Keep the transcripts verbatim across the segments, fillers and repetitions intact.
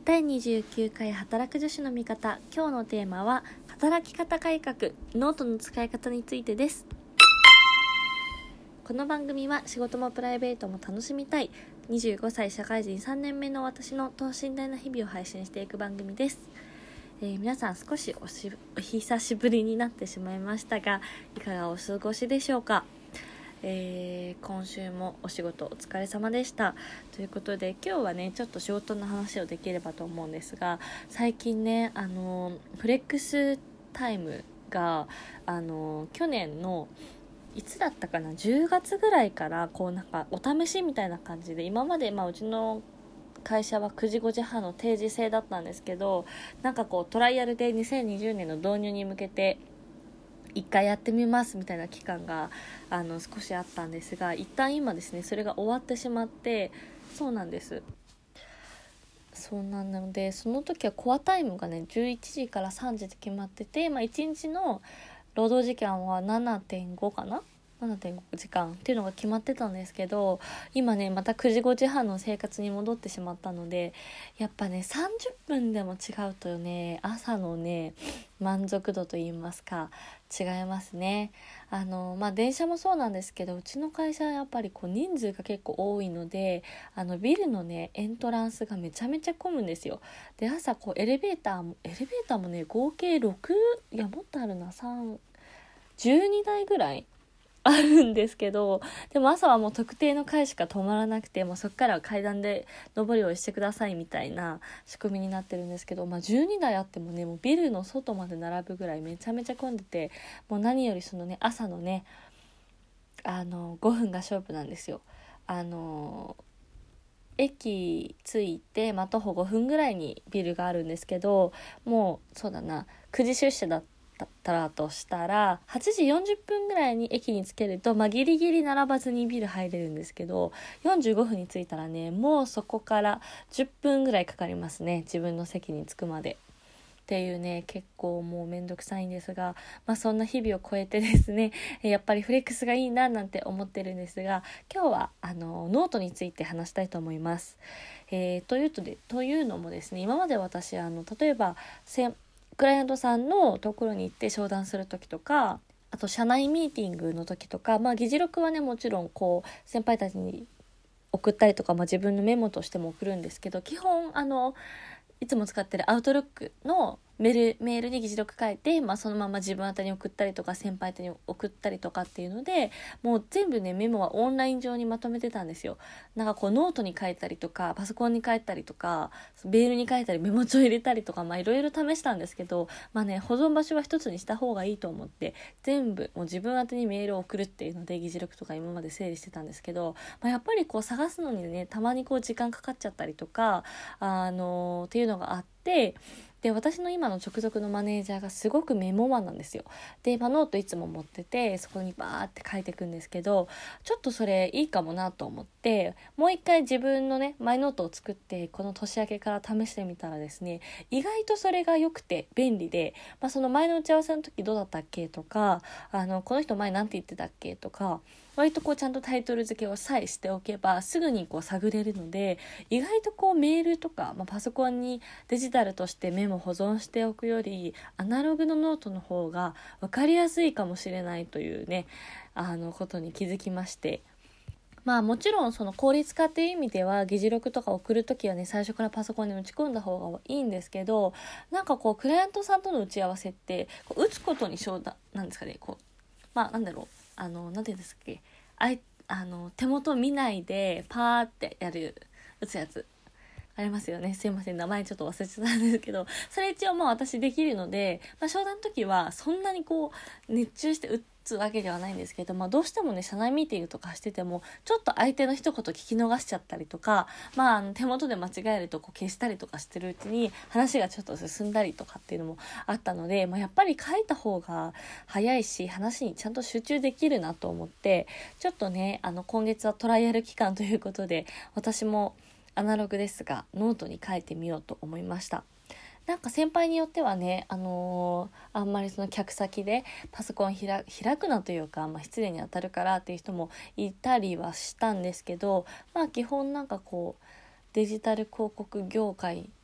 だいにじゅうきゅうかい働く女子の味方。今日のテーマは働き方改革、ノートの使い方についてです。この番組は仕事もプライベートも楽しみたいにじゅうごさい社会人さんねんめの私の等身大な日々を配信していく番組です。えー、皆さん少しおしお久しぶりになってしまいましたが、いかがお過ごしでしょうか。えー、今週もお仕事お疲れ様でしたということで、今日はねちょっと仕事の話をできればと思うんですが、最近ねあのフレックスタイムがあの去年のいつだったかなじゅうがつぐらいからこうなんかお試しみたいな感じで、今までまあうちの会社はくじごじはんの定時制だったんですけど、なんかこうトライアルでにせんにじゅうねんの導入に向けて一回やってみますみたいな期間があの少しあったんですが、一旦今ですねそれが終わってしまって、そうなんですそうなので、その時はコアタイムがねじゅういちじからさんじで決まってて、まあ、いちにちの労働時間は ななてんご かなななてんごじかんっていうのが決まってたんですけど、今ねまたくじごじはんの生活に戻ってしまったので、やっぱねさんじゅっぷんでも違うとね朝のね満足度といいますか違いますね。あのまあ電車もそうなんですけど、うちの会社はやっぱりこう人数が結構多いので、あのビルのねエントランスがめちゃめちゃ混むんですよ。で朝こうエレベーターもエレベーターもね合計ろく、いやもっとあるな、さんじゅうにだいぐらいあるんですけど、でも朝はもう特定の階しか止まらなくて、もうそこからは階段で上りをしてくださいみたいな仕組みになってるんですけど、まあ、じゅうにだいあってもねもうビルの外まで並ぶぐらいめちゃめちゃ混んでて、もう何よりそのね朝のねあのごふんが勝負なんですよ。あの駅着いて、まあ、徒歩ごふんぐらいにビルがあるんですけど、もうそうだなくじ出社だったらとしたらはちじよんじゅっぷんぐらいに駅に着けると、まあ、ギリギリ並ばずにビル入れるんですけど、よんじゅうごふんに着いたらねもうそこからじゅっぷんぐらいかかりますね、自分の席に着くまでっていうね、結構もうめんどくさいんですが、まあそんな日々を超えてですね、やっぱりフレックスがいいななんて思ってるんですが、今日はあのノートについて話したいと思います。えー、というとでというのもですね、今まで私あの例えばせクライアントさんのところに行って商談する時とか、あと社内ミーティングの時とか、まあ議事録はねもちろんこう先輩たちに送ったりとか、まあ、自分のメモとしても送るんですけど、基本あのいつも使ってるアウトロックのメール、メールに議事録書いて、まあ、そのまま自分宛てに送ったりとか先輩宛てに送ったりとかっていうので、もう全部ねメモはオンライン上にまとめてたんですよ。なんかこうノートに書いたりとかパソコンに書いたりとかメールに書いたりメモ帳入れたりとか、まあいろいろ試したんですけど、まあね保存場所は一つにした方がいいと思って全部もう自分宛てにメールを送るっていうので議事録とか今まで整理してたんですけど、まあ、やっぱりこう探すのにねたまにこう時間かかっちゃったりとかあのー、っていうのがあって、で私の今の直属のマネージャーがすごくメモマンなんですよ。で、まあ、ノートいつも持っててそこにバーって書いていくんですけど、ちょっとそれいいかもなと思ってもう一回自分のねマイノートを作ってこの年明けから試してみたらですね、意外とそれが良くて便利で、まあ、その前の打ち合わせの時どうだったっけとか、あのこの人前なんて言ってたっけとか、割とこうちゃんとタイトル付けをさえしておけばすぐにこう探れるので、意外とこうメールとか、まあ、パソコンにデジタルとしてメモ保存しておくよりアナログのノートの方が分かりやすいかもしれないというねあのことに気づきまして、まあもちろんその効率化っていう意味では議事録とか送るときはね最初からパソコンに打ち込んだ方がいいんですけど、なんかこうクライアントさんとの打ち合わせってこう打つことにしょうだなんですかね、こうまあなんだろうあのなんていうんですっけ、あいあの手元見ないでパーってやる打つやつありますよね。すいません名前ちょっと忘れてたんですけど、それ一応まあ私できるので、まあ、商談の時はそんなにこう熱中して打つわけではないんですけど、まあ、どうしてもね社内ミーティングとかしててもちょっと相手の一言聞き逃しちゃったりとか、まあ、あの手元で間違えるとこう消したりとかしてるうちに話がちょっと進んだりとかっていうのもあったので、まあ、やっぱり書いた方が早いし話にちゃんと集中できるなと思って、ちょっとねあの今月はトライアル期間ということで私もアナログですがノートに書いてみようと思いました。なんか先輩によってはね、あのー、あんまりその客先でパソコン開くなというか、まあ、失礼に当たるからっていう人もいたりはしたんですけど、まあ基本なんかこうデジタル広告業界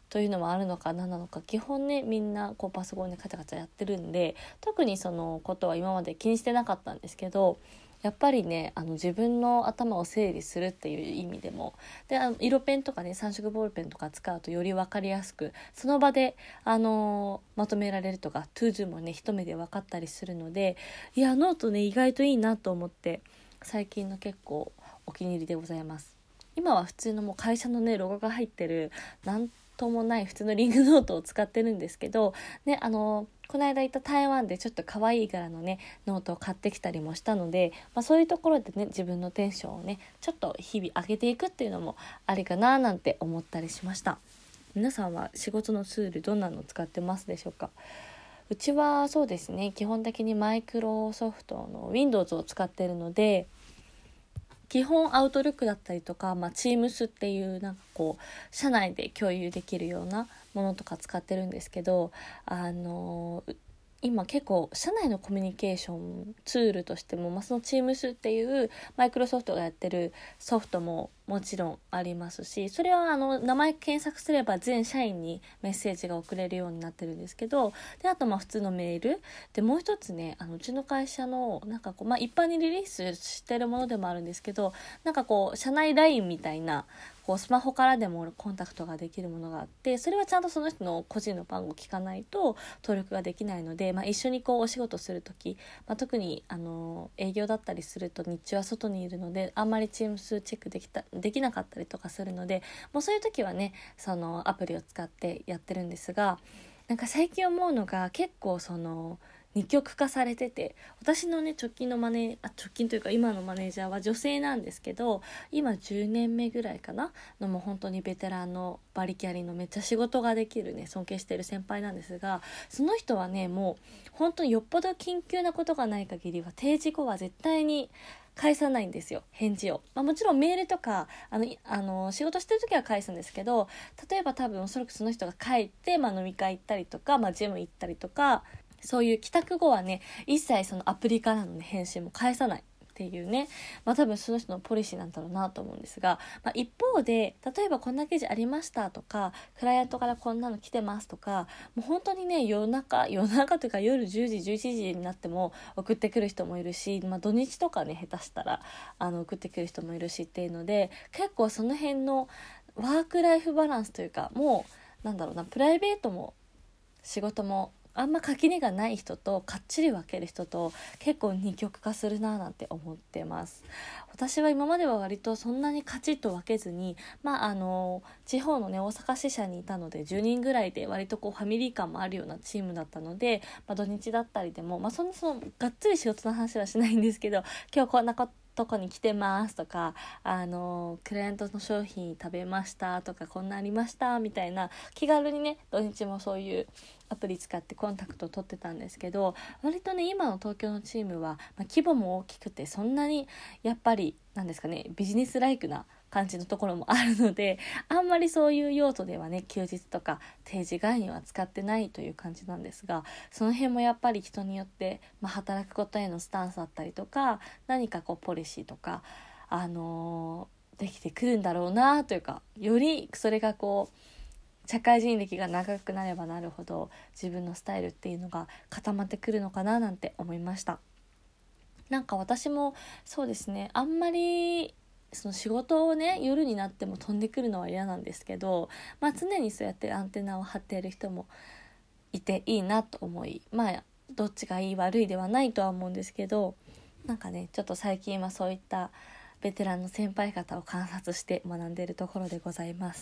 というのもあるのか何なのか、基本ねみんなこうパソコンでカチャカチャやってるんで、特にそのことは今まで気にしてなかったんですけど、やっぱりねあの自分の頭を整理するっていう意味でもで、あの色ペンとかね三色ボールペンとか使うとより分かりやすくその場で、あのー、まとめられるとか、トゥードゥもね一目で分かったりするので、いやノートね意外といいなと思って最近の結構お気に入りでございます。今は普通のもう会社のねロゴが入ってるなんともない普通のリングノートを使ってるんですけど、ね、あのこの間行った台湾でちょっと可愛い柄のねノートを買ってきたりもしたので、まあ、そういうところでね自分のテンションをねちょっと日々上げていくっていうのもありかななんて思ったりしました。皆さんは仕事のツールどんなの使ってますでしょうか？うちはそうですね、基本的にマイクロソフトの Windows を使ってるので、基本アウトルックだったりとか、まあ、Teams っていうなんかこう社内で共有できるようなものとか使ってるんですけど、あの今結構社内のコミュニケーションツールとしても、まあ、その Teams っていうマイクロソフトがやってるソフトももちろんありますし、それはあの名前検索すれば全社員にメッセージが送れるようになってるんですけど、であとまあ普通のメールで、もう一つねあのうちの会社のなんかこう、まあ、一般にリリースしてるものでもあるんですけど、なんかこう社内 ライン みたいなこうスマホからでもコンタクトができるものがあって、それはちゃんとその人の個人の番号聞かないと登録ができないので、まあ、一緒にこうお仕事するとき、まあ、特にあの営業だったりすると日中は外にいるのであんまり Teams チェックできたできなかったりとかするので、もうそういう時はねそのアプリを使ってやってるんですが、なんか最近思うのが結構その二極化されてて、私のね直近のマネあ直近というか今のマネージャーは女性なんですけど、今じゅうねんめぐらいかなのもう本当にベテランのバリキャリのめっちゃ仕事ができるね尊敬してる先輩なんですが、その人はねもう本当によっぽど緊急なことがない限りは定時後は絶対に返さないんですよ、返事を。まあ、もちろんメールとかあのあの仕事してる時は返すんですけど、例えば多分おそらくその人が帰って、まあ、飲み会行ったりとか、まあ、ジム行ったりとか、そういう帰宅後はね一切そのアプリからの、ね、返信も返さないっていうね、まあ多分その人のポリシーなんだろうなと思うんですが、まあ、一方で例えばこんな記事ありましたとか、クライアントからこんなの来てますとか、もう本当にね夜中夜中というか夜じゅうじじゅういちじになっても送ってくる人もいるし、まあ、土日とかね下手したらあの送ってくる人もいるしっていうので、結構その辺のワークライフバランスというか、もうなんだろうな、プライベートも仕事もあんま垣根がない人とかっちり分ける人と結構二極化するななんて思ってます。私は今までは割とそんなにカチッと分けずに、まああの地方のね大阪支社にいたのでじゅうにんぐらいで割とこうファミリー感もあるようなチームだったので、まあ、土日だったりでも、まあ、そんなそのがっつり仕事の話はしないんですけど、今日こんなこととこに来てますとか、あのクライアントの商品食べましたとか、こんなありましたみたいな、気軽にね土日もそういうアプリ使ってコンタクトを取ってたんですけど、割とね今の東京のチームは、まあ、規模も大きくてそんなにやっぱりなんですかねビジネスライクな感じのところもあるので、あんまりそういう用途ではね休日とか定時外には使ってないという感じなんですが、その辺もやっぱり人によって、まあ、働くことへのスタンスだったりとか、何かこうポリシーとか、あのー、できてくるんだろうなというか、よりそれがこう社会人歴が長くなればなるほど自分のスタイルっていうのが固まってくるのかななんて思いました。なんか私もそうですね、あんまりその仕事をね夜になっても飛んでくるのは嫌なんですけど、まあ、常にそうやってアンテナを張っている人もいていいなと思い、まあどっちがいい悪いではないとは思うんですけど、なんかねちょっと最近はそういったベテランの先輩方を観察して学んでいるところでございます。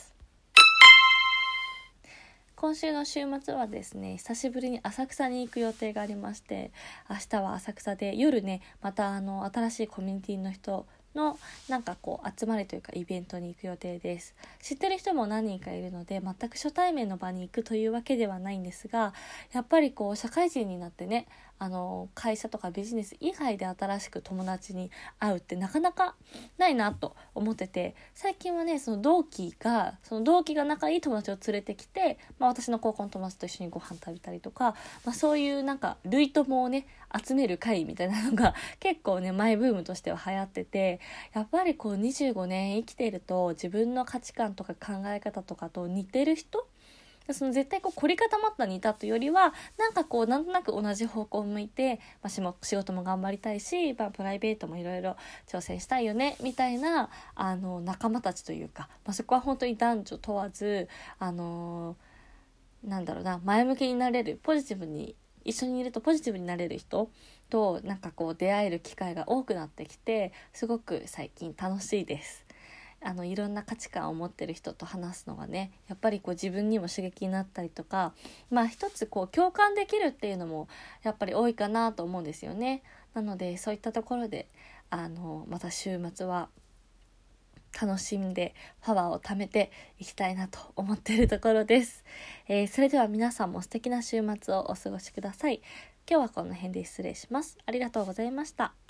今週の週末はですね、久しぶりに浅草に行く予定がありまして、明日は浅草で夜ねまたあの新しいコミュニティの人のなんかこう集まりというかイベントに行く予定です。知ってる人も何人かいるので全く初対面の場に行くというわけではないんですが、やっぱりこう社会人になってね、あの会社とかビジネス以外で新しく友達に会うってなかなかないなと思ってて、最近はねその同期がその同期が仲いい友達を連れてきて、まあ、私の高校の友達と一緒にご飯食べたりとか、まあ、そういうなんか類友をね集める会みたいなのが結構ねマイブームとしては流行ってて、やっぱりこうにじゅうごねん生きていると自分の価値観とか考え方とかと似てる人その絶対こう凝り固まったにいたというよりは、なんかこうなんとなく同じ方向を向いて、まあ、仕も仕事も頑張りたいし、まあ、プライベートもいろいろ挑戦したいよねみたいなあの仲間たちというか、まあ、そこは本当に男女問わず、あのー、なんだろうな前向きになれる、ポジティブに一緒にいるとポジティブになれる人となんかこう出会える機会が多くなってきて、すごく最近楽しいです。あのいろんな価値観を持ってる人と話すのがね、やっぱりこう自分にも刺激になったりとか、まあ一つこう共感できるっていうのもやっぱり多いかなと思うんですよね。なのでそういったところであのまた週末は楽しんでパワーを貯めていきたいなと思っているところです。えー、それでは皆さんも素敵な週末をお過ごしください。今日はこの辺で失礼します。ありがとうございました。